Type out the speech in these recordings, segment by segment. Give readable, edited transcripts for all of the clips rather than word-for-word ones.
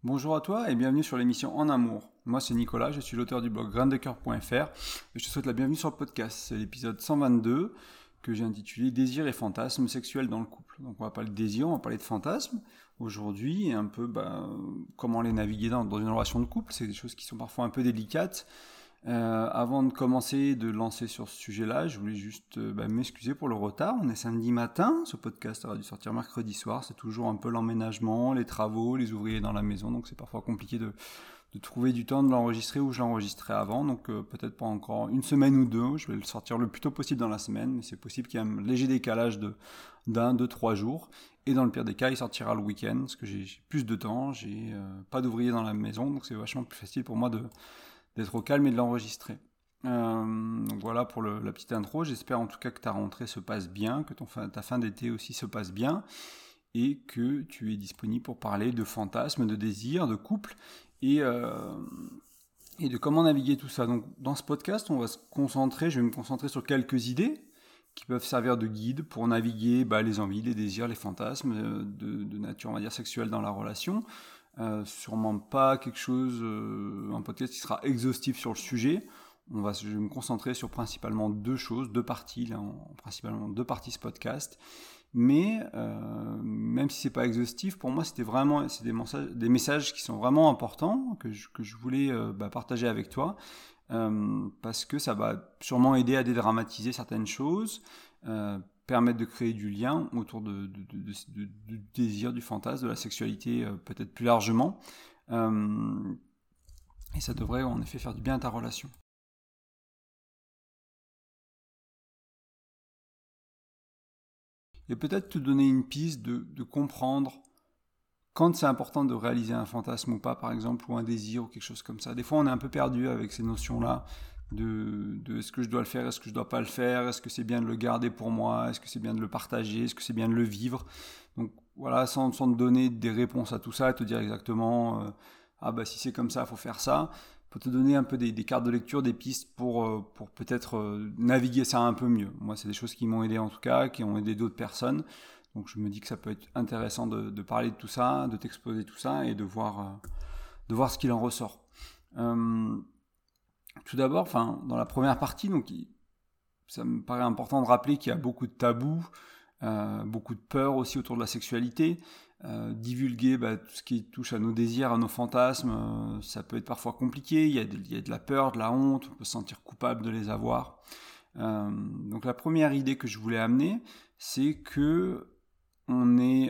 Bonjour à toi et bienvenue sur l'émission En Amour. Moi c'est Nicolas, je suis l'auteur du blog graindecoeur.fr et je te souhaite la bienvenue sur le podcast. C'est l'épisode 122 que j'ai intitulé Désir et fantasmes sexuels dans le couple. Donc on va parler de désir, on va parler de fantasmes aujourd'hui et un peu comment les naviguer dans une relation de couple. C'est des choses qui sont parfois un peu délicates. Avant de commencer, de lancer sur ce sujet-là, je voulais juste m'excuser pour le retard. On est samedi matin, ce podcast aurait dû sortir mercredi soir. C'est toujours un peu l'emménagement, les travaux, les ouvriers dans la maison, donc c'est parfois compliqué de trouver du temps de l'enregistrer ou je l'enregistrais avant, donc peut-être pas encore une semaine ou deux. Je vais le sortir le plus tôt possible dans la semaine, mais c'est possible qu'il y ait un léger décalage d'un, deux, 3 jours. Et dans le pire des cas, il sortira le week-end, parce que j'ai plus de temps, j'ai pas d'ouvriers dans la maison, donc c'est vachement plus facile pour moi d'être au calme et de l'enregistrer. Donc voilà pour la petite intro. J'espère en tout cas que ta rentrée se passe bien, que ta fin d'été aussi se passe bien, et que tu es disponible pour parler de fantasmes, de désirs, de couple, et de comment naviguer tout ça. Donc dans ce podcast, je vais me concentrer sur quelques idées qui peuvent servir de guide pour naviguer les envies, les désirs, les fantasmes de nature, on va dire, sexuelle dans la relation. Sûrement pas quelque chose, un podcast qui sera exhaustif sur le sujet. Je vais me concentrer sur principalement deux parties, principalement deux parties ce podcast. Mais même si c'est pas exhaustif, pour moi c'est des messages qui sont vraiment importants que je voulais partager avec toi parce que ça va sûrement aider à dédramatiser certaines choses. Permettre de créer du lien autour du désir, du fantasme, de la sexualité peut-être plus largement. Et ça devrait en effet faire du bien à ta relation. Et peut-être te donner une piste de comprendre quand c'est important de réaliser un fantasme ou pas, par exemple, ou un désir ou quelque chose comme ça. Des fois, on est un peu perdu avec ces notions-là de est-ce que je dois le faire, est-ce que je dois pas le faire, est-ce que c'est bien de le garder pour moi, est-ce que c'est bien de le partager, est-ce que c'est bien de le vivre. Donc voilà, sans te donner des réponses à tout ça, te dire exactement si c'est comme ça, il faut faire ça, pour te donner un peu des cartes de lecture, des pistes pour peut-être naviguer ça un peu mieux. Moi, c'est des choses qui m'ont aidé en tout cas, qui ont aidé d'autres personnes. Donc je me dis que ça peut être intéressant de parler de tout ça, de t'exposer tout ça et de voir ce qu'il en ressort. Tout d'abord, dans la première partie, ça me paraît important de rappeler qu'il y a beaucoup de tabous, beaucoup de peur aussi autour de la sexualité. Divulguer tout ce qui touche à nos désirs, à nos fantasmes, ça peut être parfois compliqué. Il y a de la peur, de la honte, on peut se sentir coupable de les avoir. Donc la première idée que je voulais amener, c'est que on n'est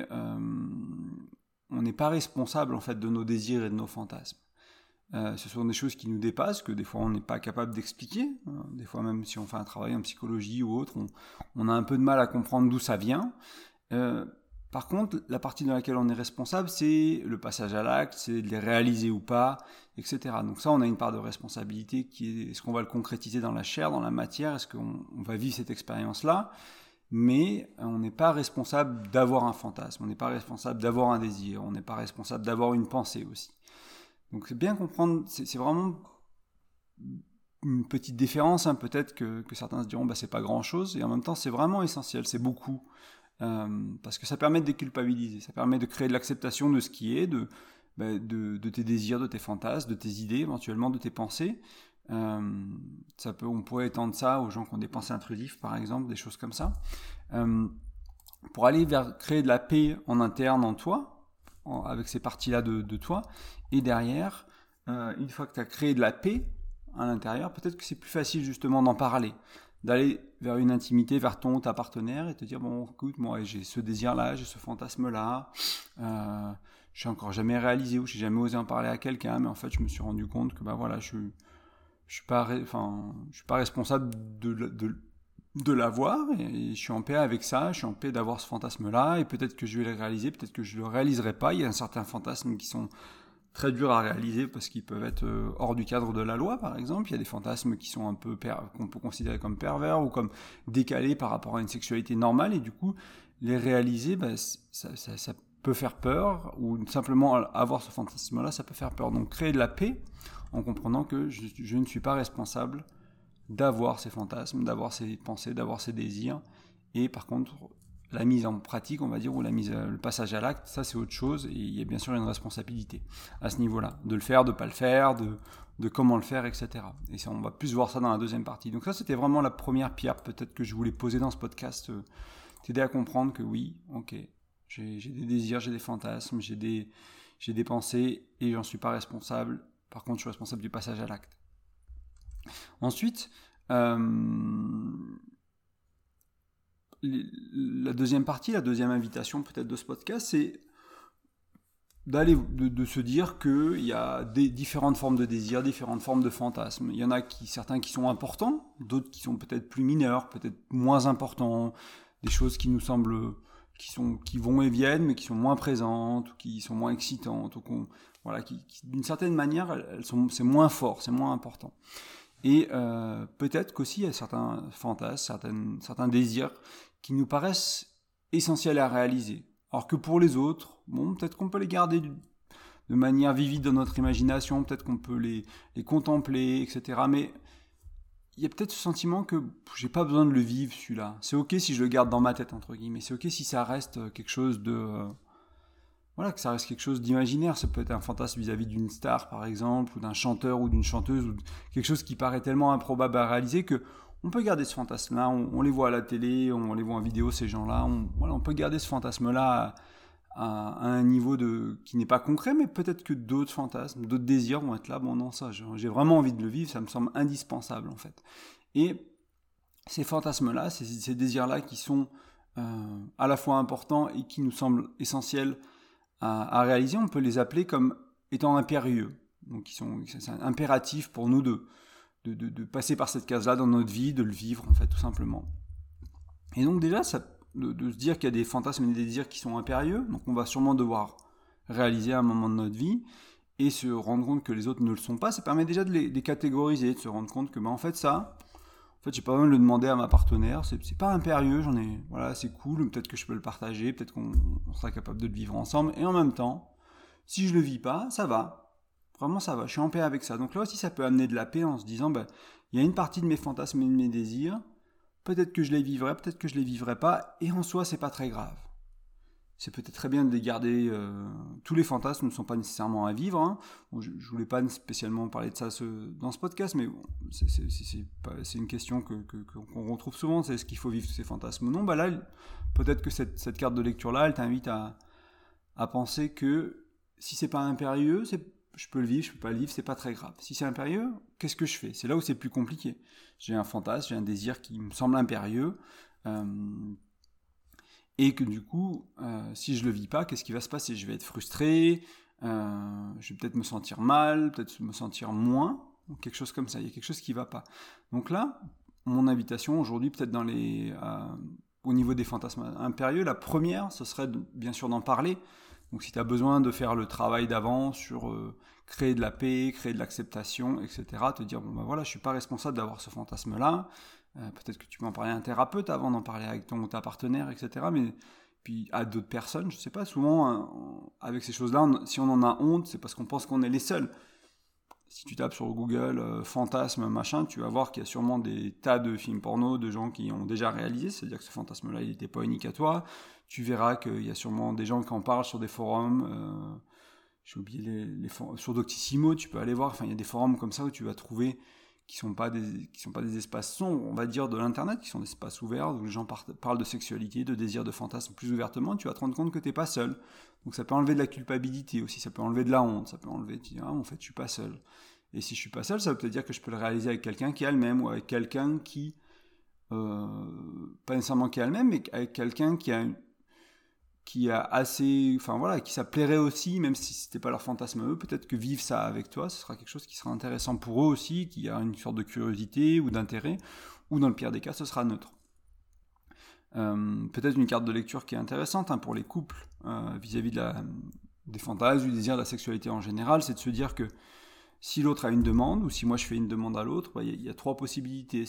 pas responsable en fait de nos désirs et de nos fantasmes. Ce sont des choses qui nous dépassent, que des fois on n'est pas capable d'expliquer. Des fois même si on fait un travail en psychologie ou autre, on a un peu de mal à comprendre d'où ça vient. Par contre, la partie dans laquelle on est responsable, c'est le passage à l'acte, c'est de les réaliser ou pas, etc. Donc ça, on a une part de responsabilité qui est, est-ce qu'on va le concrétiser dans la chair, dans la matière, est-ce qu'on va vivre cette expérience-là? Mais on n'est pas responsable d'avoir un fantasme, on n'est pas responsable d'avoir un désir, on n'est pas responsable d'avoir une pensée aussi. Donc c'est bien comprendre, c'est vraiment une petite différence, peut-être que certains se diront c'est pas grand-chose, et en même temps c'est vraiment essentiel, c'est beaucoup. Parce que ça permet de déculpabiliser, ça permet de créer de l'acceptation de ce qui est, de tes désirs, de tes fantasmes, de tes idées, éventuellement de tes pensées. On pourrait étendre ça aux gens qui ont des pensées intrusives, par exemple, des choses comme ça. Pour aller vers créer de la paix en interne en toi, avec ces parties-là de toi, et derrière, une fois que tu as créé de la paix à l'intérieur, peut-être que c'est plus facile justement d'en parler, d'aller vers une intimité, vers ta partenaire et te dire écoute, moi j'ai ce désir-là, j'ai ce fantasme-là, je suis encore jamais réalisé ou j'ai jamais osé en parler à quelqu'un, mais en fait je me suis rendu compte que je suis pas responsable de l'avoir et je suis en paix avec ça, je suis en paix d'avoir ce fantasme-là et peut-être que je vais le réaliser, peut-être que je le réaliserai pas. Il y a certains fantasmes qui sont très durs à réaliser parce qu'ils peuvent être hors du cadre de la loi, par exemple. Il y a des fantasmes qui sont qu'on peut considérer comme pervers ou comme décalés par rapport à une sexualité normale et du coup, les réaliser, ça peut faire peur ou simplement avoir ce fantasme-là, ça peut faire peur. Donc créer de la paix en comprenant que je ne suis pas responsable d'avoir ces fantasmes, d'avoir ces pensées, d'avoir ces désirs et par contre la mise en pratique, on va dire, ou le passage à l'acte, ça c'est autre chose, et il y a bien sûr une responsabilité à ce niveau-là, de le faire, de ne pas le faire, de comment le faire, etc. Et ça, on va plus voir ça dans la deuxième partie. Donc ça, c'était vraiment la première pierre peut-être que je voulais poser dans ce podcast, t'aider à comprendre que oui, ok, j'ai des désirs, j'ai des fantasmes, j'ai des pensées, et j'en suis pas responsable. Par contre, je suis responsable du passage à l'acte. Ensuite, la deuxième partie, la deuxième invitation peut-être de ce podcast, c'est de se dire qu'il y a différentes formes de désirs, différentes formes de fantasmes. Il y en a certains qui sont importants, d'autres qui sont peut-être plus mineurs, peut-être moins importants, des choses qui nous semblent, qui vont et viennent, mais qui sont moins présentes, ou qui sont moins excitantes, ou qui d'une certaine manière, c'est moins fort, c'est moins important. Et peut-être qu'aussi il y a certains fantasmes, certains désirs qui nous paraissent essentiels à réaliser. Alors que pour les autres, bon, peut-être qu'on peut les garder de manière vivide dans notre imagination, peut-être qu'on peut les contempler, etc. Mais il y a peut-être ce sentiment que j'ai pas besoin de le vivre, celui-là. C'est ok si je le garde dans ma tête, entre guillemets. C'est ok si ça reste quelque chose que ça reste quelque chose d'imaginaire. Ça peut être un fantasme vis-à-vis d'une star, par exemple, ou d'un chanteur ou d'une chanteuse, ou quelque chose qui paraît tellement improbable à réaliser que on peut garder ce fantasme-là. On les voit à la télé, on les voit en vidéo, ces gens-là. On peut garder ce fantasme-là à un niveau qui n'est pas concret, mais peut-être que d'autres fantasmes, d'autres désirs vont être là. Bon, non, ça, j'ai vraiment envie de le vivre, ça me semble indispensable, en fait. Et ces fantasmes-là, ces désirs-là qui sont à la fois importants et qui nous semblent essentiels à réaliser, on peut les appeler comme étant impérieux. Donc, c'est impératif pour nous de passer par cette case-là dans notre vie, de le vivre, en fait, tout simplement. Et donc, déjà, de se dire qu'il y a des fantasmes et des désirs qui sont impérieux, donc on va sûrement devoir réaliser à un moment de notre vie, et se rendre compte que les autres ne le sont pas, ça permet déjà de les catégoriser, de se rendre compte que, en fait, j'ai pas besoin de le demander à ma partenaire, c'est pas impérieux, c'est cool, peut-être que je peux le partager, peut-être qu'on sera capable de le vivre ensemble, et en même temps, si je le vis pas, ça va. Vraiment, ça va, je suis en paix avec ça. Donc là aussi, ça peut amener de la paix en se disant, il y a une partie de mes fantasmes et de mes désirs, peut-être que je les vivrai, peut-être que je les vivrai pas, et en soi, c'est pas très grave. C'est peut-être très bien de les garder. Tous les fantasmes ne sont pas nécessairement à vivre. Hein. Bon, je voulais pas spécialement parler de ça dans ce podcast, mais bon, c'est une question qu'on retrouve souvent. C'est est-ce qu'il faut vivre ces fantasmes ou non ? Là, peut-être que cette carte de lecture-là, elle t'invite à penser que si c'est pas impérieux, je peux le vivre, je peux pas le vivre, c'est pas très grave. Si c'est impérieux, qu'est-ce que je fais ? C'est là où c'est plus compliqué. J'ai un fantasme, j'ai un désir qui me semble impérieux, et que du coup, si je le vis pas, qu'est-ce qui va se passer ? Je vais être frustré, je vais peut-être me sentir mal, peut-être me sentir moins, ou quelque chose comme ça. Il y a quelque chose qui va pas. Donc là, mon invitation aujourd'hui, peut-être au niveau des fantasmes impérieux, la première, ce serait bien sûr d'en parler. Donc si tu as besoin de faire le travail d'avant sur créer de la paix, créer de l'acceptation, etc., te dire, je suis pas responsable d'avoir ce fantasme-là, peut-être que tu peux en parler à un thérapeute avant d'en parler avec ton ou ta partenaire, etc., mais puis à d'autres personnes, je sais pas, souvent, avec ces choses-là, si on en a honte, c'est parce qu'on pense qu'on est les seuls. Si tu tapes sur Google fantasme, machin, tu vas voir qu'il y a sûrement des tas de films porno de gens qui ont déjà réalisé, c'est-à-dire que ce fantasme-là, il n'était pas unique à toi. Tu verras qu'il y a sûrement des gens qui en parlent sur des forums. J'ai oublié sur Doctissimo, tu peux aller voir. Enfin, il y a des forums comme ça où tu vas trouver qui sont pas des espaces sombres, on va dire, de l'internet, qui sont des espaces ouverts où les gens parlent de sexualité, de désir, de fantasme plus ouvertement. Tu vas te rendre compte que t'es pas seul. Donc ça peut enlever de la culpabilité aussi, ça peut enlever de la honte, ça peut enlever. Tu dis en fait, je suis pas seul. Et si je suis pas seul, ça veut peut-être dire que je peux le réaliser avec quelqu'un qui a le même, ou avec quelqu'un qui pas nécessairement qui a le même, mais avec quelqu'un qui a assez, qui ça plairait aussi, même si c'était pas leur fantasme à eux, peut-être que vivre ça avec toi, ce sera quelque chose qui sera intéressant pour eux aussi, qui a une sorte de curiosité ou d'intérêt, ou dans le pire des cas, ce sera neutre. Peut-être une carte de lecture qui est intéressante pour les couples vis-à-vis des fantasmes, du désir, de la sexualité en général, c'est de se dire que si l'autre a une demande, ou si moi je fais une demande à l'autre, il y a trois possibilités.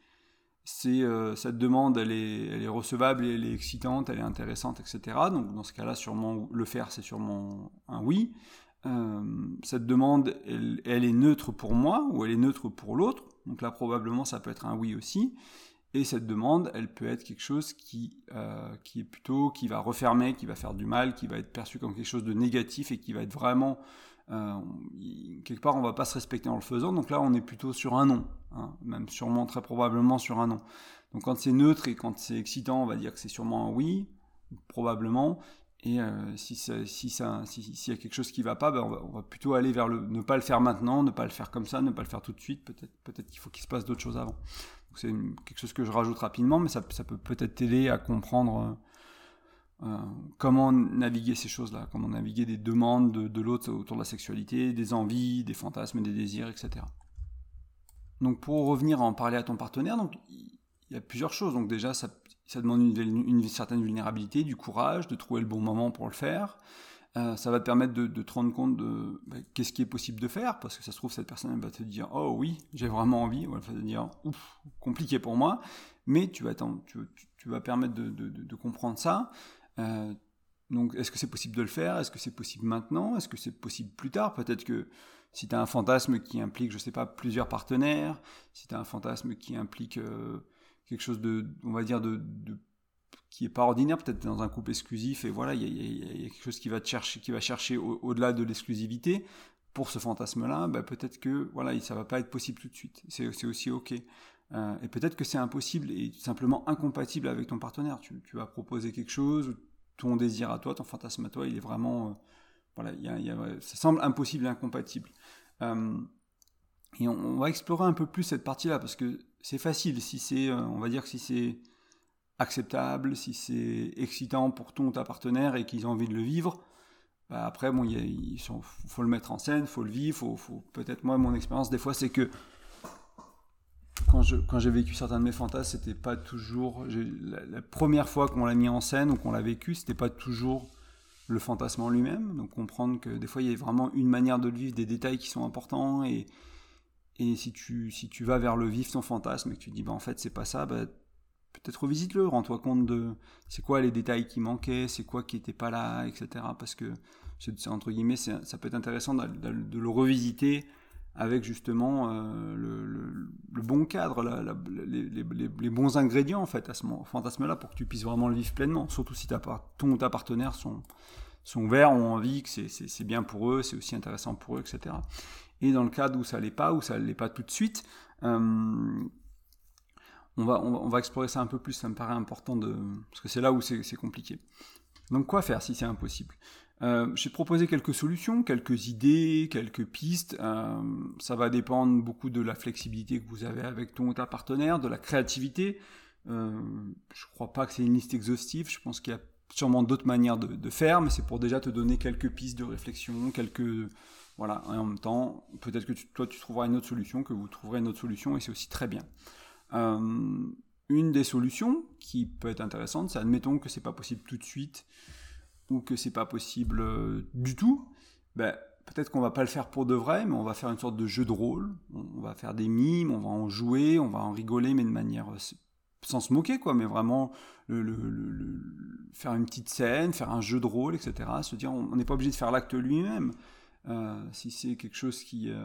Cette demande, elle est recevable, elle est excitante, elle est intéressante, etc. Donc dans ce cas-là, sûrement le faire, c'est sûrement un oui. Cette demande, elle est neutre pour moi, ou elle est neutre pour l'autre. Donc là, probablement, ça peut être un oui aussi. Et cette demande, elle peut être quelque chose qui est plutôt, qui va refermer, qui va faire du mal, qui va être perçu comme quelque chose de négatif et qui va être vraiment, quelque part, on va pas se respecter en le faisant. Donc là, on est plutôt sur un non, hein, même sûrement, très probablement sur un non. Donc quand c'est neutre et quand c'est excitant, on va dire que c'est sûrement un oui, probablement. Et s'il y a quelque chose qui ne va pas, ben on va plutôt aller vers ne pas le faire maintenant, ne pas le faire comme ça, ne pas le faire tout de suite. Peut-être qu'il faut qu'il se passe d'autres choses avant. Donc c'est quelque chose que je rajoute rapidement, mais ça peut peut-être t'aider à comprendre comment naviguer ces choses-là, comment naviguer des demandes de l'autre autour de la sexualité, des envies, des fantasmes, des désirs, etc. Donc pour revenir à en parler à ton partenaire, donc il y a plusieurs choses. Donc déjà, ça demande une certaine vulnérabilité, du courage, de trouver le bon moment pour le faire. Ça va te permettre de te rendre compte de qu'est-ce qui est possible de faire, parce que ça se trouve, cette personne elle va te dire « Oh oui, j'ai vraiment envie », ou elle va te dire « Ouf, compliqué pour moi », mais tu vas permettre de comprendre ça. Donc, est-ce que c'est possible de le faire? Est-ce que c'est possible maintenant? Est-ce que c'est possible plus tard? Peut-être que si tu as un fantasme qui implique, je sais pas, plusieurs partenaires, si tu as un fantasme qui implique quelque chose on va dire, qui est pas ordinaire, peut-être dans un couple exclusif, et voilà, il y a quelque chose qui va chercher au-delà de l'exclusivité. Pour ce fantasme-là, peut-être que voilà, ça va pas être possible tout de suite. C'est aussi ok. Et peut-être que c'est impossible et simplement incompatible avec ton partenaire. Tu vas proposer quelque chose, ton désir à toi, ton fantasme à toi, il est vraiment voilà, ça semble impossible et incompatible. Et on va explorer un peu plus cette partie-là, parce que c'est facile, on va dire que si c'est acceptable, si c'est excitant pour ton ou ta partenaire et qu'ils ont envie de le vivre, après, bon, faut le mettre en scène, faut le vivre, peut-être, moi, mon expérience, des fois, c'est que quand j'ai vécu certains de mes fantasmes, c'était pas toujours, la première fois qu'on l'a mis en scène ou qu'on l'a vécu, c'était pas toujours le fantasme en lui-même. Donc comprendre que des fois il y a vraiment une manière de le vivre, des détails qui sont importants, et si tu vas vers le vivre ton fantasme et que tu dis en fait c'est pas ça, peut-être revisite-le, rends-toi compte de c'est quoi les détails qui manquaient, c'est quoi qui était pas là, etc. Parce que entre guillemets, ça peut être intéressant de le revisiter avec justement le bon cadre, les bons ingrédients en fait à ce fantasme-là, pour que tu puisses vraiment le vivre pleinement. Surtout si ton ou ta partenaire sont ouverts, ont envie, que c'est bien pour eux, c'est aussi intéressant pour eux, etc. Et dans le cas où ça l'est pas, ou ça l'est pas tout de suite, on va explorer ça un peu plus. Ça me paraît important parce que c'est là où c'est compliqué. Donc quoi faire si c'est impossible? J'ai proposé quelques solutions, quelques idées, quelques pistes. Ça va dépendre beaucoup de la flexibilité que vous avez avec ton ou ta partenaire, de la créativité. Je crois pas que c'est une liste exhaustive. Je pense qu'il y a sûrement d'autres manières de faire, mais c'est pour déjà te donner quelques pistes de réflexion, voilà. Et en même temps, peut-être que toi tu trouveras une autre solution, que vous trouverez une autre solution, et c'est aussi très bien. Une des solutions qui peut être intéressante, c'est admettons que c'est pas possible tout de suite, ou que c'est pas possible du tout, peut-être qu'on va pas le faire pour de vrai, mais on va faire une sorte de jeu de rôle, on va faire des mimes, on va en jouer, on va en rigoler, mais de manière sans se moquer, quoi, mais vraiment faire une petite scène, faire un jeu de rôle, etc. Se dire, on n'est pas obligé de faire l'acte lui-même. Si c'est quelque chose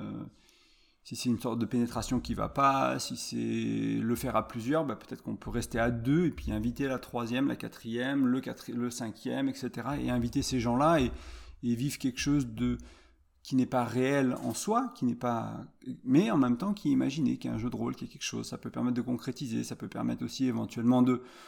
si c'est une sorte de pénétration qui va pas, si c'est le faire à plusieurs, peut-être qu'on peut rester à deux et puis inviter la troisième, la quatrième, le cinquième, etc. Et inviter ces gens-là et vivre quelque chose qui n'est pas réel en soi, mais en même temps qui est imaginé, qui est un jeu de rôle, qui est quelque chose. Ça peut permettre de concrétiser, ça peut permettre aussi éventuellement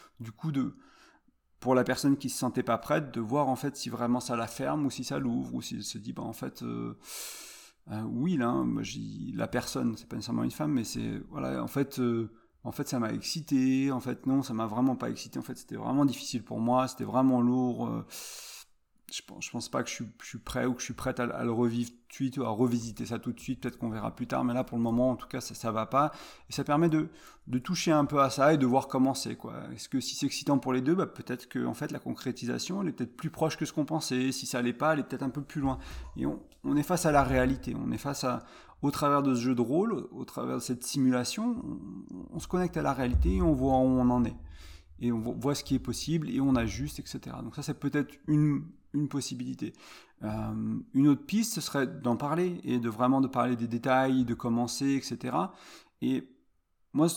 pour la personne qui se sentait pas prête, de voir en fait si vraiment ça la ferme ou si ça l'ouvre, ou si elle se dit en fait oui là, la personne, c'est pas nécessairement une femme, mais c'est voilà, en fait ça m'a excité, en fait non, ça m'a vraiment pas excité, en fait c'était vraiment difficile pour moi, c'était vraiment lourd. Je pense pas que je suis prêt ou que je suis prête à le revivre tout de suite, ou à revisiter ça tout de suite. Peut-être qu'on verra plus tard, mais là pour le moment en tout cas ça va pas, et ça permet de toucher un peu à ça et de voir comment c'est, quoi. Est-ce que si c'est excitant pour les deux, peut-être que en fait la concrétisation elle est peut-être plus proche que ce qu'on pensait. Si ça l'est pas, elle est peut-être un peu plus loin, et on est face à la réalité, on est face au travers de ce jeu de rôle, au travers de cette simulation, on se connecte à la réalité et on voit où on en est, et on voit ce qui est possible et on ajuste, etc. Donc ça c'est peut-être une possibilité. Une autre piste, ce serait d'en parler, et de parler des détails, de commencer, etc. Et moi,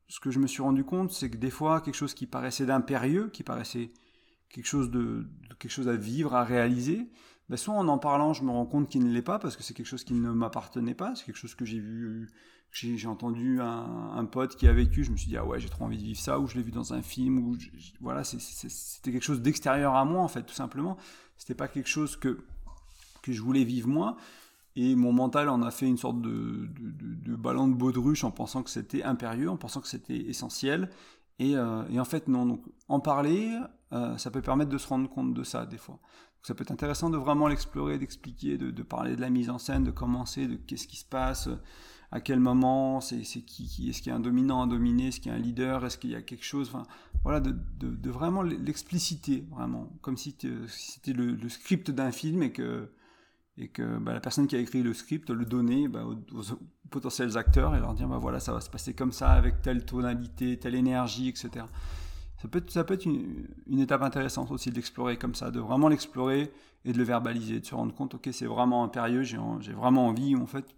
ce que je me suis rendu compte, c'est que des fois, quelque chose qui paraissait d'impérieux, qui paraissait quelque chose quelque chose à vivre, à réaliser, ben soit en parlant, je me rends compte qu'il ne l'est pas, parce que c'est quelque chose qui ne m'appartenait pas, c'est quelque chose que j'ai vu, j'ai entendu un pote qui a vécu, je me suis dit, ah ouais, j'ai trop envie de vivre ça, ou je l'ai vu dans un film, ou voilà, c'était quelque chose d'extérieur à moi, en fait, tout simplement. C'était pas quelque chose que je voulais vivre moi, et mon mental en a fait une sorte de ballon de baudruche en pensant que c'était impérieux, en pensant que c'était essentiel, et en fait non. Donc en parler, ça peut permettre de se rendre compte de ça des fois. Donc, ça peut être intéressant de vraiment l'explorer, d'expliquer, de parler de la mise en scène, de commencer, de qu'est-ce qui se passe, à quel moment, c'est qui, est-ce qu'il y a un dominant, un dominé, est-ce qu'il y a un leader, est-ce qu'il y a quelque chose, enfin voilà, de vraiment l'expliciter, vraiment, comme si c'était le script d'un film et que la personne qui a écrit le script le donnait aux potentiels acteurs et leur dire voilà, ça va se passer comme ça avec telle tonalité, telle énergie, etc. Ça peut être une étape intéressante aussi de l'explorer comme ça, de vraiment l'explorer et de le verbaliser, de se rendre compte, ok, c'est vraiment impérieux, j'ai vraiment envie, en fait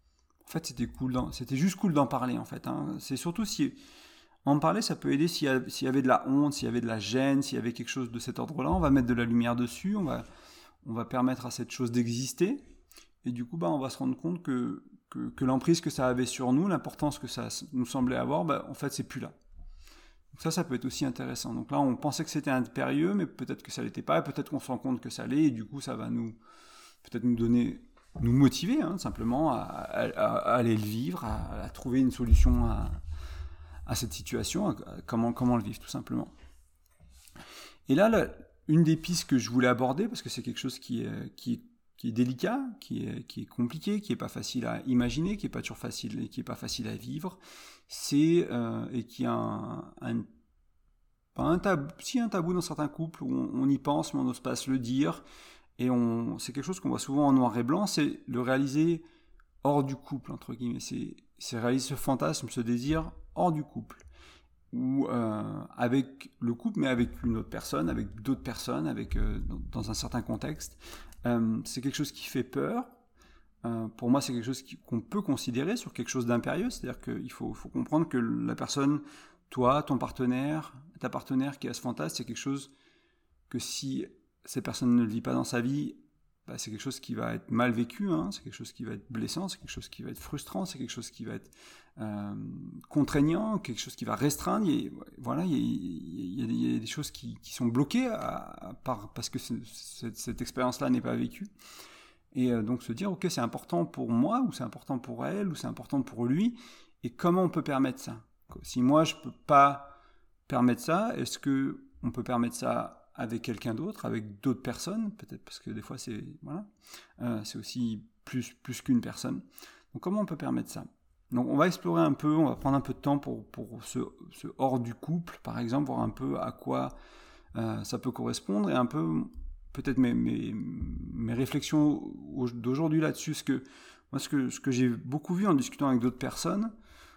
c'était juste cool d'en parler en fait. Hein. C'est surtout si en parler, ça peut aider s'il y avait de la honte, s'il y avait de la gêne, s'il y avait quelque chose de cet ordre-là, on va mettre de la lumière dessus, on va permettre à cette chose d'exister, et du coup, on va se rendre compte que l'emprise que ça avait sur nous, l'importance que ça nous semblait avoir, en fait, c'est plus là. Donc ça peut être aussi intéressant. Donc là, on pensait que c'était impérieux, mais peut-être que ça l'était pas, et peut-être qu'on se rend compte que ça l'est, et du coup, ça va peut-être nous motiver, hein, simplement, à aller le vivre, à trouver une solution à cette situation, à comment le vivre, tout simplement. Et là, une des pistes que je voulais aborder, parce que c'est quelque chose qui est délicat, qui est compliqué, qui n'est pas facile à imaginer, qui n'est pas toujours facile et qui n'est pas facile à vivre, et qui a un tabou dans certains couples où on y pense mais on n'ose pas se le dire, et c'est quelque chose qu'on voit souvent en noir et blanc, c'est le réaliser hors du couple, entre guillemets, c'est réaliser ce fantasme, ce désir hors du couple, ou avec le couple, mais avec une autre personne, avec d'autres personnes, dans un certain contexte. C'est quelque chose qui fait peur. Pour moi, c'est quelque chose qu'on peut considérer sur quelque chose d'impérieux, c'est-à-dire qu'il faut comprendre que la personne, toi, ton partenaire, ta partenaire qui a ce fantasme, c'est quelque chose que si cette personne ne le vit pas dans sa vie, c'est quelque chose qui va être mal vécu, hein, c'est quelque chose qui va être blessant, c'est quelque chose qui va être frustrant, c'est quelque chose qui va être contraignant, quelque chose qui va restreindre. Il y a des choses qui sont bloquées parce que cette expérience-là n'est pas vécue. Et donc se dire, ok, c'est important pour moi, ou c'est important pour elle, ou c'est important pour lui, et comment on peut permettre ça ? Si moi je ne peux pas permettre ça, est-ce qu'on peut permettre ça avec quelqu'un d'autre, avec d'autres personnes, peut-être, parce que des fois c'est aussi plus qu'une personne. Donc comment on peut permettre ça ? Donc on va explorer un peu, on va prendre un peu de temps pour ce hors du couple, par exemple, voir un peu à quoi ça peut correspondre, et un peu peut-être mes réflexions d'aujourd'hui là-dessus. Ce que j'ai beaucoup vu en discutant avec d'autres personnes,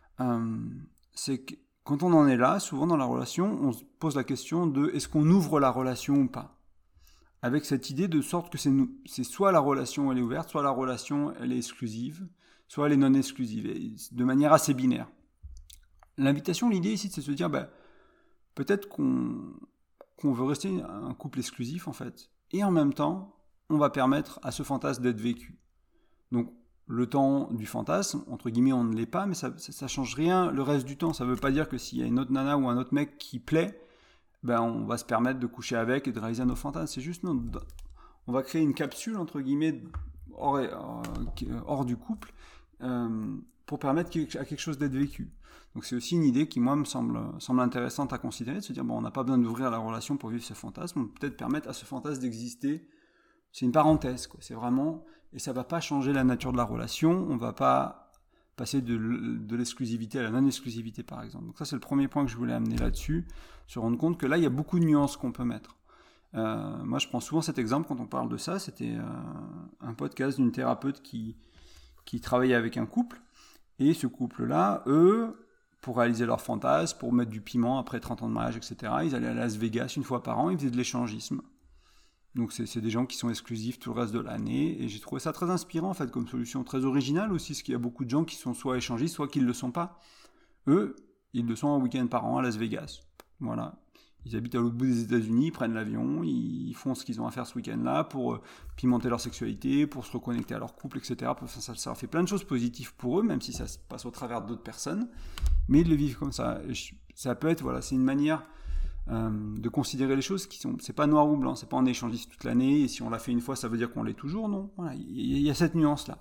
c'est que quand on en est là, souvent dans la relation, on se pose la question de est-ce qu'on ouvre la relation ou pas ? Avec cette idée de sorte que c'est soit la relation elle est ouverte, soit la relation elle est exclusive, soit elle est non exclusive, et de manière assez binaire. L'invitation, l'idée ici, c'est de se dire, peut-être qu'on veut rester un couple exclusif en fait, et en même temps, on va permettre à ce fantasme d'être vécu. Donc, le temps du fantasme, entre guillemets, on ne l'est pas, mais ça change rien le reste du temps. Ça ne veut pas dire que s'il y a une autre nana ou un autre mec qui plaît, on va se permettre de coucher avec et de réaliser nos fantasmes. C'est juste, on va créer une capsule, entre guillemets, hors du couple, pour permettre à quelque chose d'être vécu. Donc c'est aussi une idée qui, moi, me semble intéressante à considérer, de se dire, on n'a pas besoin d'ouvrir la relation pour vivre ce fantasme, on peut peut-être permettre à ce fantasme d'exister. C'est une parenthèse, quoi. C'est vraiment... Et ça ne va pas changer la nature de la relation, on ne va pas passer de l'exclusivité à la non-exclusivité, par exemple. Donc ça, c'est le premier point que je voulais amener là-dessus, se rendre compte que là, il y a beaucoup de nuances qu'on peut mettre. Moi, je prends souvent cet exemple quand on parle de ça. C'était un podcast d'une thérapeute qui travaillait avec un couple, et ce couple-là, eux, pour réaliser leur fantasme, pour mettre du piment après 30 ans de mariage, etc., ils allaient à Las Vegas une fois par an, ils faisaient de l'échangisme. Donc c'est des gens qui sont exclusifs tout le reste de l'année, et j'ai trouvé ça très inspirant en fait comme solution, très originale aussi, parce qu'il y a beaucoup de gens qui sont soit échangistes, soit qui ne le sont pas. Eux, ils le sont un week-end par an à Las Vegas. Voilà. Ils habitent à l'autre bout des États-Unis, ils prennent l'avion, ils font ce qu'ils ont à faire ce week-end-là pour pimenter leur sexualité, pour se reconnecter à leur couple, etc. Ça leur fait plein de choses positives pour eux, même si ça se passe au travers d'autres personnes. Mais ils le vivent comme ça. Et ça peut être, voilà, c'est une manière de considérer les choses qui sont, c'est pas noir ou blanc, c'est pas on est échangiste toute l'année, et si on l'a fait une fois, ça veut dire qu'on l'est toujours, non. Voilà, il y a cette nuance-là.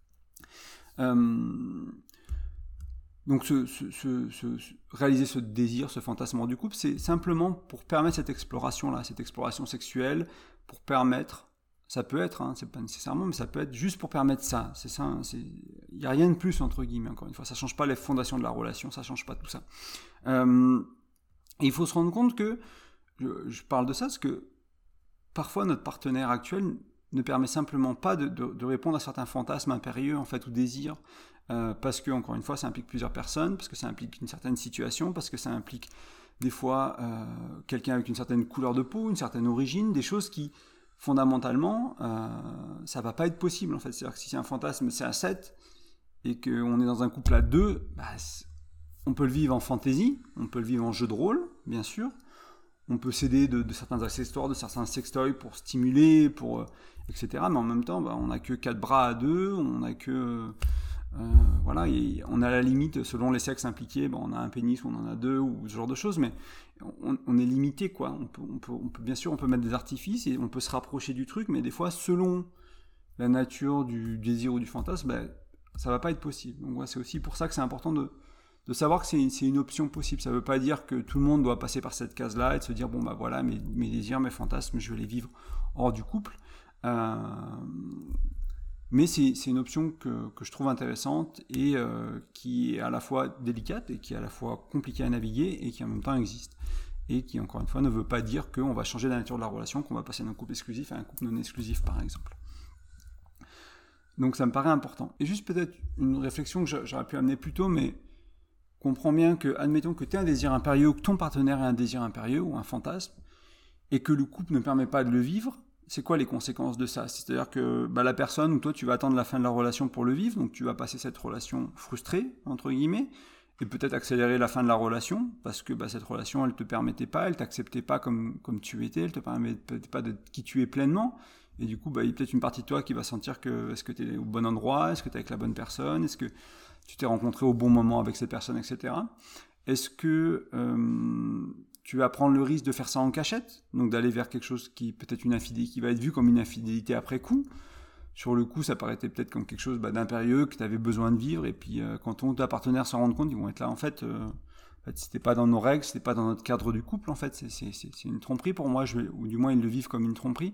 Donc réaliser ce désir, ce fantasme du couple, c'est simplement pour permettre cette exploration-là, cette exploration sexuelle, pour permettre, ça peut être, hein, c'est pas nécessairement, mais ça peut être juste pour permettre ça. C'est ça, il n'y a rien de plus, entre guillemets, encore une fois. Ça ne change pas les fondations de la relation, ça ne change pas tout ça. Et il faut se rendre compte que, je parle de ça, parce que parfois notre partenaire actuel ne permet simplement pas de répondre à certains fantasmes impérieux, en fait, ou désirs, parce que, encore une fois, ça implique plusieurs personnes, parce que ça implique une certaine situation, parce que ça implique des fois quelqu'un avec une certaine couleur de peau, une certaine origine, des choses qui, fondamentalement, ça va pas être possible, en fait. C'est-à-dire que si c'est un fantasme, c'est à 7, et qu'on est dans un couple à 2, bah, on peut le vivre en fantaisie, on peut le vivre en jeu de rôle, bien sûr, on peut s'aider de certains accessoires, de certains sextoys pour stimuler, etc. Mais en même temps, bah, on n'a que 4 bras à 2, on n'a que... voilà, on a à la limite, selon les sexes impliqués, bah, on a un pénis ou on en a 2, ou ce genre de choses, mais on est limité, quoi. On peut, bien sûr, on peut mettre des artifices, et on peut se rapprocher du truc, mais des fois, selon la nature du désir ou du fantasme, bah, ça va pas être possible. Donc ouais, c'est aussi pour ça que c'est important de savoir que c'est une option possible. Ça ne veut pas dire que tout le monde doit passer par cette case-là et de se dire, bon, bah voilà, mes désirs, mes fantasmes, je vais les vivre hors du couple. Mais c'est une option que je trouve intéressante et qui est à la fois délicate et qui est à la fois compliquée à naviguer et qui en même temps existe. Et qui, encore une fois, ne veut pas dire qu'on va changer la nature de la relation, qu'on va passer d'un couple exclusif à un couple non exclusif, par exemple. Donc ça me paraît important. Et juste peut-être une réflexion que j'aurais pu amener plus tôt, mais comprends bien que, admettons que tu as un désir impérieux, ou que ton partenaire a un désir impérieux, ou un fantasme, et que le couple ne permet pas de le vivre, c'est quoi les conséquences de ça? C'est-à-dire que bah, la personne ou toi, tu vas attendre la fin de la relation pour le vivre, donc tu vas passer cette relation frustrée, entre guillemets, et peut-être accélérer la fin de la relation, parce que bah, cette relation, elle ne te permettait pas, elle ne t'acceptait pas comme tu étais, elle ne te permettait pas d'être qui tu es pleinement, et du coup, bah, il y a peut-être une partie de toi qui va sentir que est-ce que tu es au bon endroit, est-ce que tu es avec la bonne personne, est-ce que tu t'es rencontré au bon moment avec cette personne, etc. Est-ce que tu vas prendre le risque de faire ça en cachette, donc d'aller vers quelque chose qui peut-être une infidélité, qui va être vu comme une infidélité après coup. Sur le coup, ça paraissait peut-être comme quelque chose d'impérieux que tu avais besoin de vivre, et puis quand ta partenaire s'en rend compte, ils vont être là, en fait, c'était pas dans nos règles, c'était pas dans notre cadre du couple, en fait, c'est une tromperie pour moi, ou du moins ils le vivent comme une tromperie.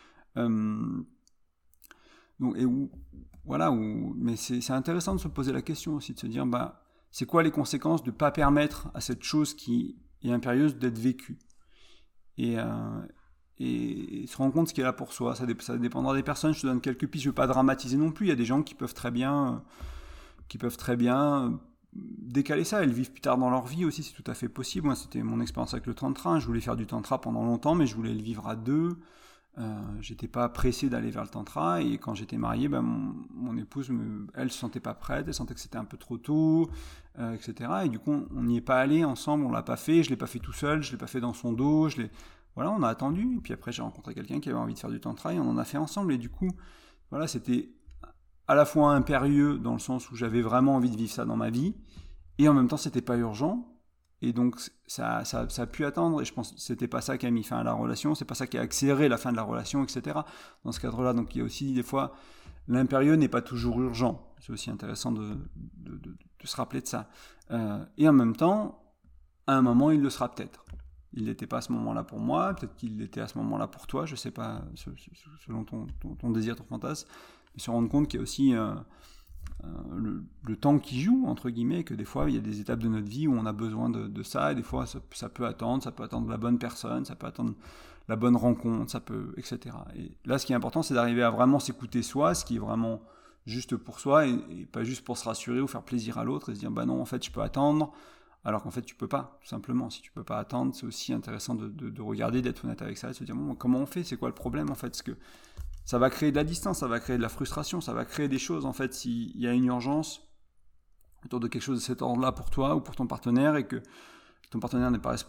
Donc, mais c'est intéressant de se poser la question aussi, de se dire, c'est quoi les conséquences de ne pas permettre à cette chose qui est impérieuse d'être vécue, et se rendre compte ce qui est là pour soi. Ça dépendra des personnes. Je te donne quelques pistes, je ne veux pas dramatiser non plus. Il y a des gens qui peuvent très bien décaler ça et le vivre plus tard dans leur vie aussi, c'est tout à fait possible. Moi, c'était mon expérience avec le tantra. Je voulais faire du tantra pendant longtemps, mais je voulais le vivre à 2. J'étais pas pressé d'aller vers le tantra, et quand j'étais marié, mon épouse, elle se sentait pas prête, elle sentait que c'était un peu trop tôt, etc. Et du coup, on n'y est pas allé ensemble, on l'a pas fait, je l'ai pas fait tout seul, je l'ai pas fait dans son dos, voilà, on a attendu, et puis après j'ai rencontré quelqu'un qui avait envie de faire du tantra, et on en a fait ensemble, et du coup, voilà, c'était à la fois impérieux, dans le sens où j'avais vraiment envie de vivre ça dans ma vie, et en même temps, c'était pas urgent. Et donc, ça a pu attendre, et je pense que c'était pas ça qui a mis fin à la relation, c'est pas ça qui a accéléré la fin de la relation, etc. Dans ce cadre-là, donc il y a aussi des fois, l'impérieux n'est pas toujours urgent. C'est aussi intéressant de se rappeler de ça. Et en même temps, à un moment, il le sera peut-être. Il n'était pas à ce moment-là pour moi, peut-être qu'il l'était à ce moment-là pour toi, je sais pas, selon ton désir, ton fantasme, mais se rendre compte qu'il y a aussi... le temps qui joue, entre guillemets, que des fois il y a des étapes de notre vie où on a besoin de ça, et des fois ça peut attendre la bonne personne, ça peut attendre la bonne rencontre, etc. Et là, ce qui est important, c'est d'arriver à vraiment s'écouter soi, ce qui est vraiment juste pour soi, et pas juste pour se rassurer ou faire plaisir à l'autre, et se dire, non, en fait, je peux attendre, alors qu'en fait, tu peux pas, tout simplement. Si tu peux pas attendre, c'est aussi intéressant de regarder, d'être honnête avec ça, et de se dire, comment on fait, c'est quoi le problème, en fait, parce que ça va créer de la distance, ça va créer de la frustration, ça va créer des choses, en fait, s'il y a une urgence, autour de quelque chose de cet ordre-là pour toi ou pour ton partenaire, et que ton partenaire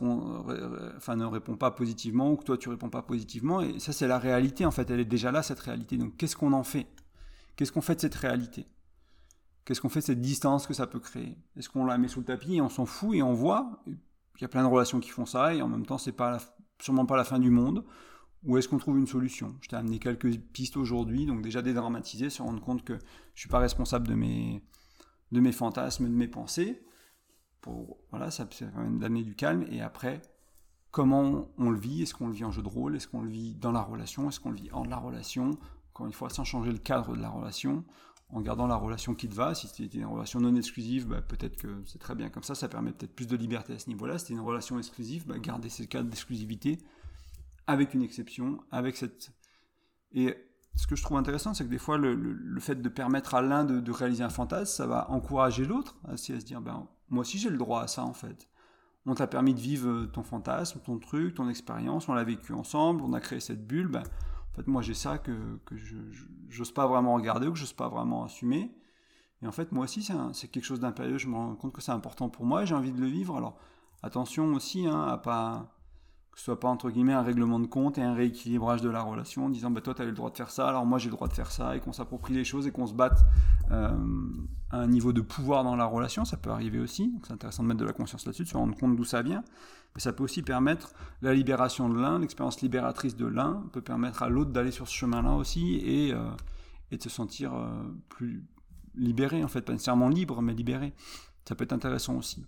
ne répond pas positivement, ou que toi tu réponds pas positivement, et ça c'est la réalité en fait, elle est déjà là, cette réalité. Donc qu'est-ce qu'on en fait? Qu'est-ce qu'on fait de cette réalité? Qu'est-ce qu'on fait de cette distance que ça peut créer? Est-ce qu'on la met sous le tapis et on s'en fout et on voit? Il y a plein de relations qui font ça, et en même temps c'est sûrement pas la fin du monde. Ou est-ce qu'on trouve une solution? Je t'ai amené quelques pistes aujourd'hui, donc déjà dédramatiser, se rendre compte que je ne suis pas responsable de mes fantasmes, de mes pensées. Voilà, ça permet d'amener du calme. Et après, comment on le vit? Est-ce qu'on le vit en jeu de rôle? Est-ce qu'on le vit dans la relation? Est-ce qu'on le vit hors de la relation? Encore une fois, sans changer le cadre de la relation, en gardant la relation qui te va. Si c'était une relation non exclusive, peut-être que c'est très bien comme ça, ça permet peut-être plus de liberté à ce niveau-là. Si c'était une relation exclusive, garder ce cadre d'exclusivité, avec une exception, avec cette... Et ce que je trouve intéressant, c'est que des fois, le fait de permettre à l'un de réaliser un fantasme, ça va encourager l'autre à se dire, moi aussi j'ai le droit à ça en fait. On t'a permis de vivre ton fantasme, ton truc, ton expérience, on l'a vécu ensemble, on a créé cette bulle, en fait moi j'ai ça que je n'ose pas vraiment regarder ou que je n'ose pas vraiment assumer. Et en fait moi aussi c'est quelque chose d'impérieux, je me rends compte que c'est important pour moi et j'ai envie de le vivre. Alors attention aussi à pas... que ce soit pas entre guillemets un règlement de compte et un rééquilibrage de la relation en disant toi tu as le droit de faire ça, alors moi j'ai le droit de faire ça, et qu'on s'approprie les choses et qu'on se batte à un niveau de pouvoir dans la relation. Ça peut arriver aussi, donc c'est intéressant de mettre de la conscience là-dessus, de se rendre compte d'où ça vient. Mais ça peut aussi permettre la libération de l'un, l'expérience libératrice de l'un peut permettre à l'autre d'aller sur ce chemin-là aussi et de se sentir plus libéré, en fait, pas nécessairement libre mais libéré. Ça peut être intéressant aussi.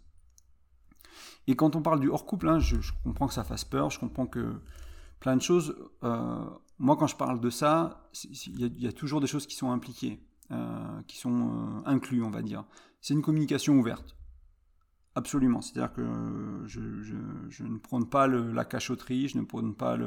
Et quand on parle du hors-couple, je comprends que ça fasse peur, je comprends que plein de choses... moi, quand je parle de ça, il y a toujours des choses qui sont impliquées, qui sont incluses, on va dire. C'est une communication ouverte. Absolument. C'est-à-dire que je ne prône pas la cachotterie, je ne prône pas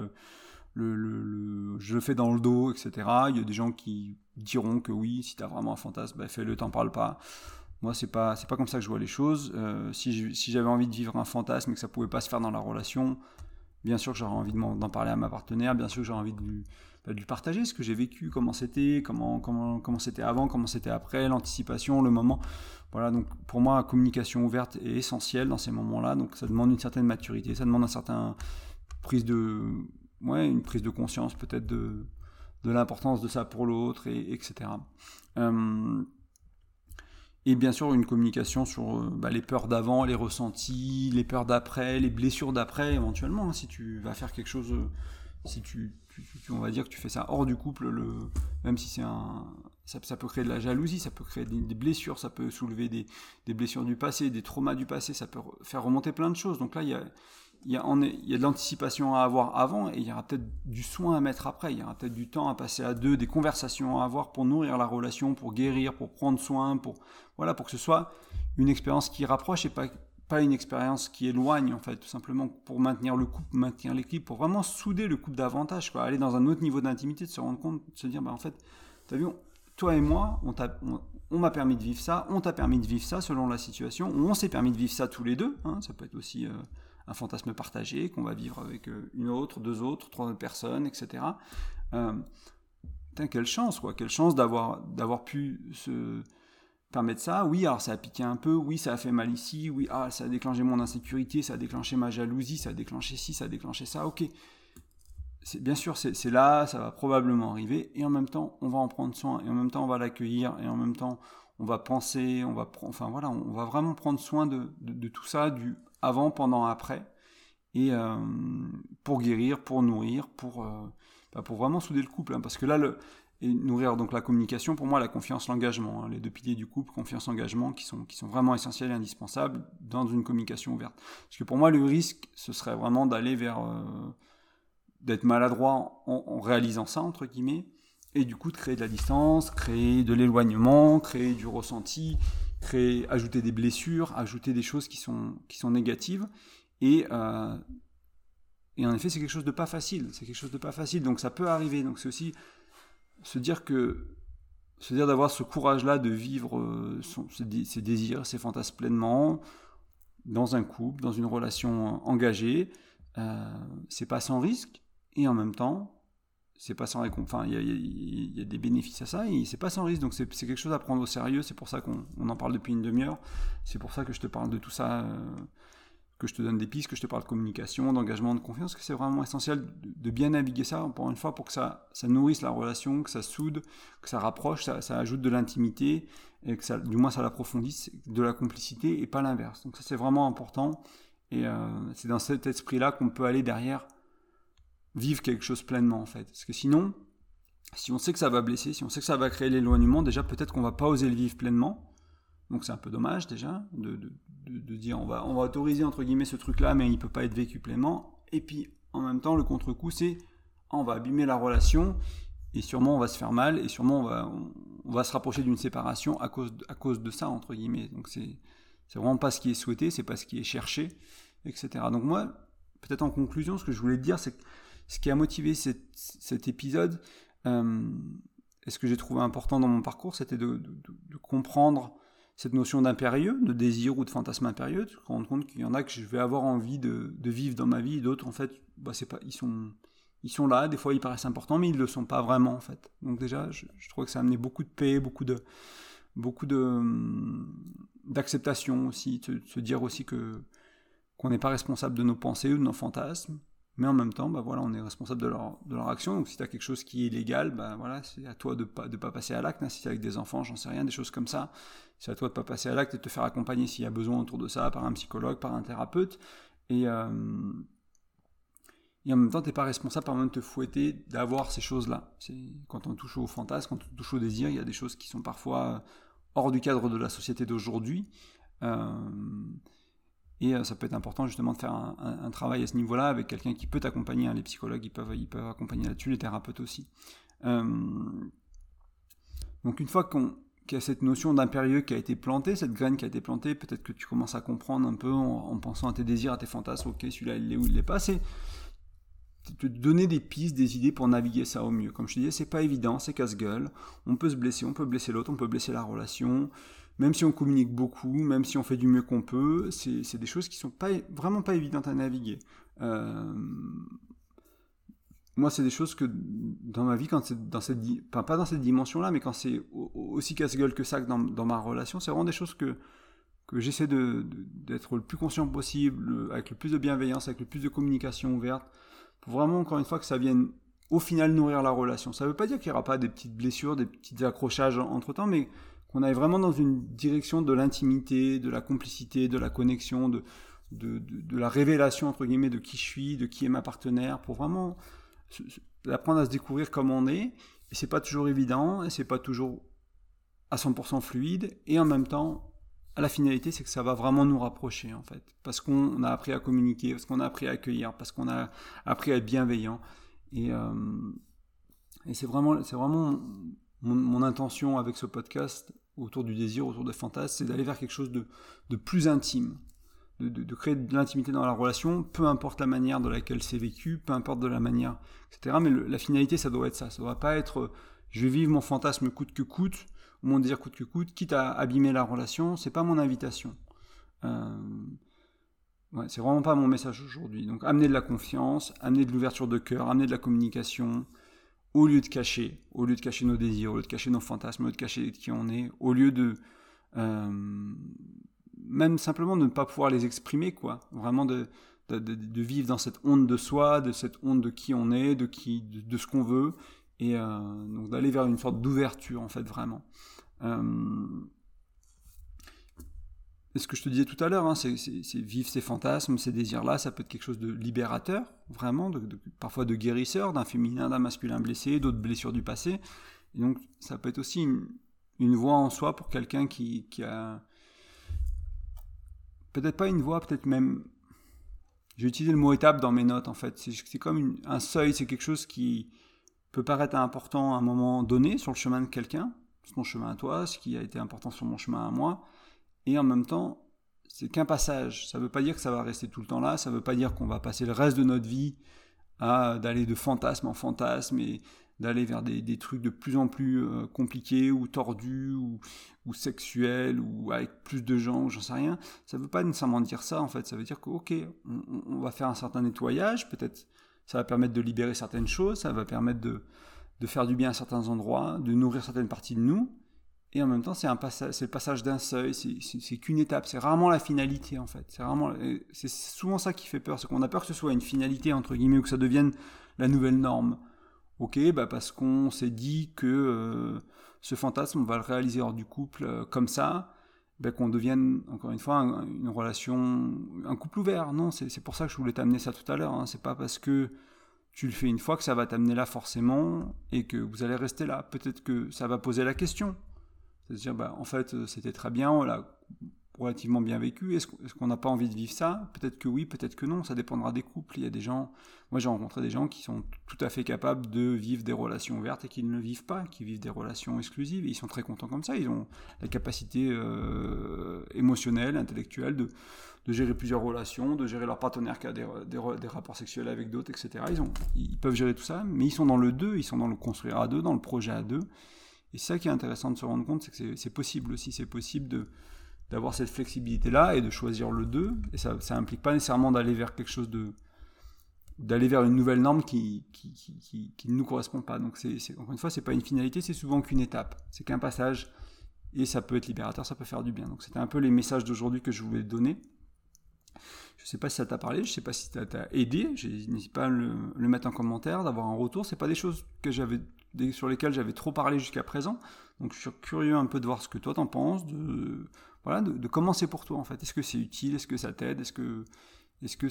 je le fais dans le dos, etc. Il y a des gens qui diront que oui, si tu as vraiment un fantasme, fais-le, t'en parles pas. Moi, c'est pas comme ça que je vois les choses. Si j'avais envie de vivre un fantasme et que ça pouvait pas se faire dans la relation, bien sûr que j'aurais envie d'en parler à ma partenaire, bien sûr que j'aurais envie de lui partager ce que j'ai vécu, comment c'était, comment c'était avant, comment c'était après, l'anticipation, le moment. Voilà, donc pour moi, la communication ouverte est essentielle dans ces moments-là. Donc ça demande une certaine maturité, ça demande une prise de conscience peut-être de l'importance de ça pour l'autre, etc. Et bien sûr, une communication sur les peurs d'avant, les ressentis, les peurs d'après, les blessures d'après, éventuellement. Si tu vas faire quelque chose, si on va dire que tu fais ça hors du couple, même si ça peut créer de la jalousie, ça peut créer des blessures, ça peut soulever des blessures du passé, des traumas du passé, ça peut faire remonter plein de choses. Donc là, il y a de l'anticipation à avoir avant, et il y aura peut-être du soin à mettre après, il y aura peut-être du temps à passer à deux, des conversations à avoir pour nourrir la relation, pour guérir, pour prendre soin, pour que ce soit une expérience qui rapproche et pas une expérience qui éloigne, en fait, tout simplement pour maintenir le couple, maintenir l'équilibre, pour vraiment souder le couple davantage, aller dans un autre niveau d'intimité, de se rendre compte, de se dire, en fait, t'as vu, toi et moi, on m'a permis de vivre ça, on t'a permis de vivre ça selon la situation, on s'est permis de vivre ça tous les deux, ça peut être aussi un fantasme partagé qu'on va vivre avec une autre, deux autres, trois autres personnes, etc. Quelle chance, quoi, quelle chance d'avoir pu se permettre ça. Oui, alors ça a piqué un peu, oui, ça a fait mal ici, oui, ça a déclenché mon insécurité, ça a déclenché ma jalousie, ça a déclenché ci, ça a déclenché ça, ok. Bien sûr, c'est là, ça va probablement arriver, et en même temps, on va en prendre soin, et en même temps, on va l'accueillir, et en même temps, on va penser, on va vraiment prendre soin de tout ça, du avant, pendant, après, et pour guérir, pour nourrir, pour vraiment souder le couple, parce que là, et nourrir donc la communication, pour moi, la confiance, l'engagement, les deux piliers du couple, confiance, engagement, qui sont vraiment essentiels et indispensables dans une communication ouverte. Parce que pour moi, le risque, ce serait vraiment d'aller vers d'être maladroit en réalisant ça, entre guillemets, et du coup de créer de la distance, créer de l'éloignement, créer du ressenti, ajouter des blessures, ajouter des choses qui sont négatives, et en effet c'est quelque chose de pas facile, donc ça peut arriver, donc c'est aussi se dire d'avoir ce courage-là de vivre ses désirs, ses fantasmes pleinement, dans un couple, dans une relation engagée, c'est pas sans risque, et en même temps, c'est pas sans récompense. Enfin, il y a des bénéfices à ça et c'est pas sans risque. Donc c'est quelque chose à prendre au sérieux. C'est pour ça qu'on en parle depuis une demi-heure. C'est pour ça que je te parle de tout ça, que je te donne des pistes, que je te parle de communication, d'engagement, de confiance. Que c'est vraiment essentiel de bien naviguer ça, encore une fois, pour que ça nourrisse la relation, que ça soude, que ça rapproche, ça ajoute de l'intimité et que du moins ça l'approfondisse, de la complicité et pas l'inverse. Donc ça c'est vraiment important. Et c'est dans cet esprit-là qu'on peut aller derrière vivre quelque chose pleinement en fait. Parce que sinon, si on sait que ça va blesser, si on sait que ça va créer l'éloignement, déjà peut-être qu'on va pas oser le vivre pleinement. Donc c'est un peu dommage déjà de dire on va autoriser entre guillemets ce truc-là, mais il peut pas être vécu pleinement. Et puis en même temps le contre-coup c'est on va abîmer la relation et sûrement on va se faire mal et sûrement on va se rapprocher d'une séparation à cause de ça entre guillemets. Donc c'est vraiment pas ce qui est souhaité, c'est pas ce qui est cherché, etc. Donc moi, peut-être en conclusion, ce que je voulais te dire, c'est que ce qui a motivé cet épisode, et ce que j'ai trouvé important dans mon parcours, c'était de comprendre cette notion d'impérieux, de désir ou de fantasme impérieux, de se rendre compte qu'il y en a que je vais avoir envie de vivre dans ma vie, et d'autres, en fait, c'est pas, ils sont là, des fois ils paraissent importants, mais ils ne le sont pas vraiment, en fait. Donc déjà, je trouve que ça a amené beaucoup de paix, beaucoup d'acceptation aussi, de se dire aussi qu'on n'est pas responsable de nos pensées ou de nos fantasmes, mais en même temps, voilà, on est responsable de leur action. Donc si tu as quelque chose qui est illégal, voilà, c'est à toi de pas passer à l'acte. Si c'est avec des enfants, j'en sais rien, des choses comme ça, c'est à toi de pas passer à l'acte et de te faire accompagner s'il y a besoin autour de ça, par un psychologue, par un thérapeute. Et en même temps, tu n'es pas responsable par même de te fouetter d'avoir ces choses-là. Quand on touche au fantasme, quand on touche au désir, il y a des choses qui sont parfois hors du cadre de la société d'aujourd'hui. Et ça peut être important justement de faire un travail à ce niveau-là avec quelqu'un qui peut t'accompagner. Les psychologues, ils peuvent accompagner là-dessus, les thérapeutes aussi. Donc une fois qu'il y a cette notion d'impérieux qui a été plantée, cette graine qui a été plantée, peut-être que tu commences à comprendre un peu en pensant à tes désirs, à tes fantasmes, ok, celui-là il l'est ou il l'est pas, c'est te donner des pistes, des idées pour naviguer ça au mieux. Comme je te disais, c'est pas évident, c'est casse-gueule, on peut se blesser, on peut blesser l'autre, on peut blesser la relation, même si on communique beaucoup, même si on fait du mieux qu'on peut, c'est des choses qui sont vraiment pas évidentes à naviguer. Moi, c'est des choses que dans ma vie, quand c'est pas dans cette dimension-là, mais quand c'est aussi casse-gueule que ça dans ma relation, c'est vraiment des choses que j'essaie d'être le plus conscient possible, avec le plus de bienveillance, avec le plus de communication ouverte, pour vraiment, encore une fois, que ça vienne au final nourrir la relation. Ça ne veut pas dire qu'il n'y aura pas des petites blessures, des petits accrochages entre-temps, mais qu'on aille vraiment dans une direction de l'intimité, de la complicité, de la connexion, de la révélation, entre guillemets, de qui je suis, de qui est ma partenaire, pour vraiment apprendre à se découvrir comme on est. Et c'est pas toujours évident, et c'est pas toujours à 100% fluide, et en même temps, la finalité, c'est que ça va vraiment nous rapprocher, en fait. Parce qu'on a appris à communiquer, parce qu'on a appris à accueillir, parce qu'on a appris à être bienveillant. Et c'est vraiment mon intention avec ce podcast autour du désir, autour des fantasmes, c'est d'aller vers quelque chose de plus intime, de créer de l'intimité dans la relation, peu importe la manière de laquelle c'est vécu, peu importe de la manière, etc. Mais la finalité, ça doit être ça. Ça ne doit pas être je vais vivre mon fantasme coûte que coûte, mon désir coûte que coûte, quitte à abîmer la relation, c'est pas mon invitation. C'est vraiment pas mon message aujourd'hui. Donc amener de la confiance, amener de l'ouverture de cœur, amener de la communication, au lieu de cacher nos désirs, au lieu de cacher nos fantasmes, au lieu de cacher qui on est, au lieu de même simplement de ne pas pouvoir les exprimer, quoi. Vraiment de vivre dans cette honte de soi, de cette honte de qui on est, de ce qu'on veut, et donc d'aller vers une sorte d'ouverture, en fait, vraiment. Et ce que je te disais tout à l'heure, c'est vivre ces fantasmes, ces désirs-là, ça peut être quelque chose de libérateur, vraiment, parfois de guérisseur, d'un féminin, d'un masculin blessé, d'autres blessures du passé. Et donc, ça peut être aussi une voie en soi pour quelqu'un qui a... Peut-être pas une voie, peut-être même... J'ai utilisé le mot étape dans mes notes, en fait. C'est comme un seuil, c'est quelque chose qui peut paraître important à un moment donné sur le chemin de quelqu'un, sur ton chemin à toi, ce qui a été important sur mon chemin à moi. Et en même temps, c'est qu'un passage. Ça ne veut pas dire que ça va rester tout le temps là, ça ne veut pas dire qu'on va passer le reste de notre vie à d'aller de fantasme en fantasme et d'aller vers des trucs de plus en plus compliqués ou tordus ou sexuels ou avec plus de gens, j'en sais rien. Ça ne veut pas nécessairement dire ça, en fait. Ça veut dire que, ok, on va faire un certain nettoyage, peut-être Ça va permettre de libérer certaines choses, ça va permettre de faire du bien à certains endroits, de nourrir certaines parties de nous. Et en même temps, c'est le passage d'un seuil, c'est qu'une étape, c'est rarement la finalité en fait. C'est souvent ça qui fait peur, c'est qu'on a peur que ce soit une finalité entre guillemets ou que ça devienne la nouvelle norme. Ok, parce qu'on s'est dit que ce fantasme, on va le réaliser hors du couple comme ça, qu'on devienne encore une fois une relation, un couple ouvert. Non, c'est pour ça que je voulais t'amener ça tout à l'heure. C'est pas parce que tu le fais une fois que ça va t'amener là forcément et que vous allez rester là. Peut-être que ça va poser la question. C'est-à-dire, en fait, c'était très bien, on l'a relativement bien vécu. Est-ce qu'on n'a pas envie de vivre ça ? Peut-être que oui, peut-être que non. Ça dépendra des couples. Il y a des gens, moi j'ai rencontré des gens qui sont tout à fait capables de vivre des relations ouvertes et qui ne le vivent pas, qui vivent des relations exclusives. Et ils sont très contents comme ça. Ils ont la capacité émotionnelle, intellectuelle de gérer plusieurs relations, de gérer leur partenaire qui a des rapports sexuels avec d'autres, etc. Ils peuvent gérer tout ça, mais ils sont dans le deux, ils sont dans le construire à deux, dans le projet à deux. Et c'est ça qui est intéressant de se rendre compte, c'est que c'est possible aussi, c'est possible d'avoir cette flexibilité-là et de choisir le 2. Et ça implique pas nécessairement d'aller vers quelque chose d'aller vers une nouvelle norme qui ne nous correspond pas. Donc encore une fois, c'est pas une finalité, c'est souvent qu'une étape, c'est qu'un passage, et ça peut être libérateur, ça peut faire du bien. Donc c'était un peu les messages d'aujourd'hui que je voulais te donner. Je ne sais pas si ça t'a parlé, je ne sais pas si ça t'a aidé, n'hésite pas à le mettre en commentaire, d'avoir un retour. Ce n'est pas des choses sur lesquelles j'avais trop parlé jusqu'à présent, donc je suis curieux un peu de voir ce que toi t'en penses, de comment c'est pour toi en fait. Est-ce que c'est utile, est-ce que ça t'aide, est-ce que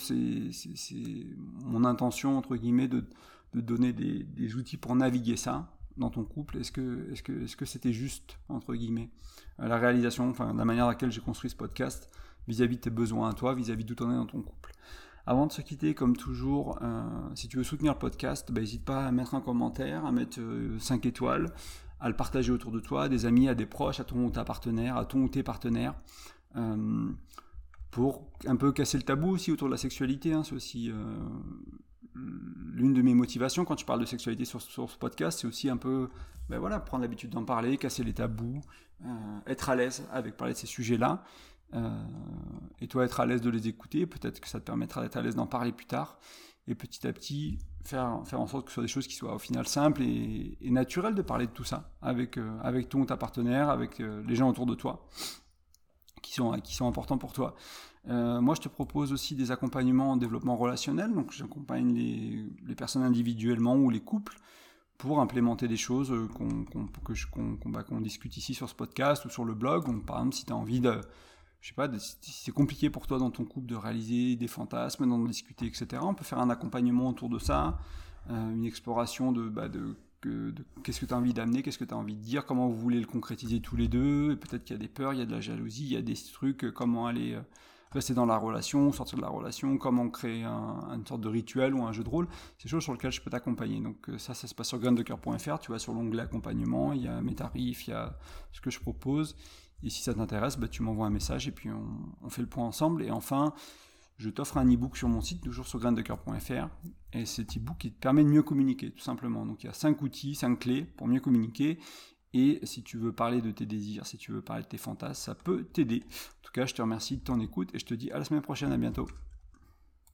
c'est mon intention entre guillemets de donner des outils pour naviguer ça dans ton couple. Est-ce que c'était juste entre guillemets la réalisation, enfin la manière dans laquelle j'ai construit ce podcast vis-à-vis de tes besoins à toi, vis-à-vis d'où tu en es dans ton couple. Avant de se quitter, comme toujours, si tu veux soutenir le podcast, n'hésite pas à mettre un commentaire, à mettre 5 étoiles, à le partager autour de toi, à des amis, à des proches, à ton ou ta partenaire, à ton ou tes partenaires, pour un peu casser le tabou aussi autour de la sexualité. C'est aussi l'une de mes motivations quand je parle de sexualité sur ce podcast, c'est aussi un peu prendre l'habitude d'en parler, casser les tabous, être à l'aise avec parler de ces sujets-là. Et toi être à l'aise de les écouter, peut-être que ça te permettra d'être à l'aise d'en parler plus tard, et petit à petit faire en sorte que ce soit des choses qui soient au final simples et naturelles de parler de tout ça avec ton ou ta partenaire, avec les gens autour de toi qui sont importants pour toi. Moi je te propose aussi des accompagnements en développement relationnel, donc j'accompagne les personnes individuellement ou les couples pour implémenter des choses qu'on discute ici sur ce podcast ou sur le blog. Donc, par exemple, si tu as envie si c'est compliqué pour toi dans ton couple de réaliser des fantasmes, d'en discuter, etc., on peut faire un accompagnement autour de ça, une exploration de qu'est-ce que tu as envie d'amener, qu'est-ce que tu as envie de dire, comment vous voulez le concrétiser tous les deux, et peut-être qu'il y a des peurs, il y a de la jalousie, il y a des trucs, comment aller rester dans la relation, sortir de la relation, comment créer une sorte de rituel ou un jeu de rôle. C'est des choses sur lesquelles je peux t'accompagner. Donc ça se passe sur graindecoeur.fr, tu vas sur l'onglet accompagnement, il y a mes tarifs, il y a ce que je propose. Et si ça t'intéresse, tu m'envoies un message et puis on fait le point ensemble. Et enfin, je t'offre un e-book sur mon site, toujours sur graindecoeur.fr. Et cet e-book, il te permet de mieux communiquer, tout simplement. Donc il y a 5 outils, 5 clés pour mieux communiquer. Et si tu veux parler de tes désirs, si tu veux parler de tes fantasmes, ça peut t'aider. En tout cas, je te remercie de ton écoute et je te dis à la semaine prochaine, à bientôt.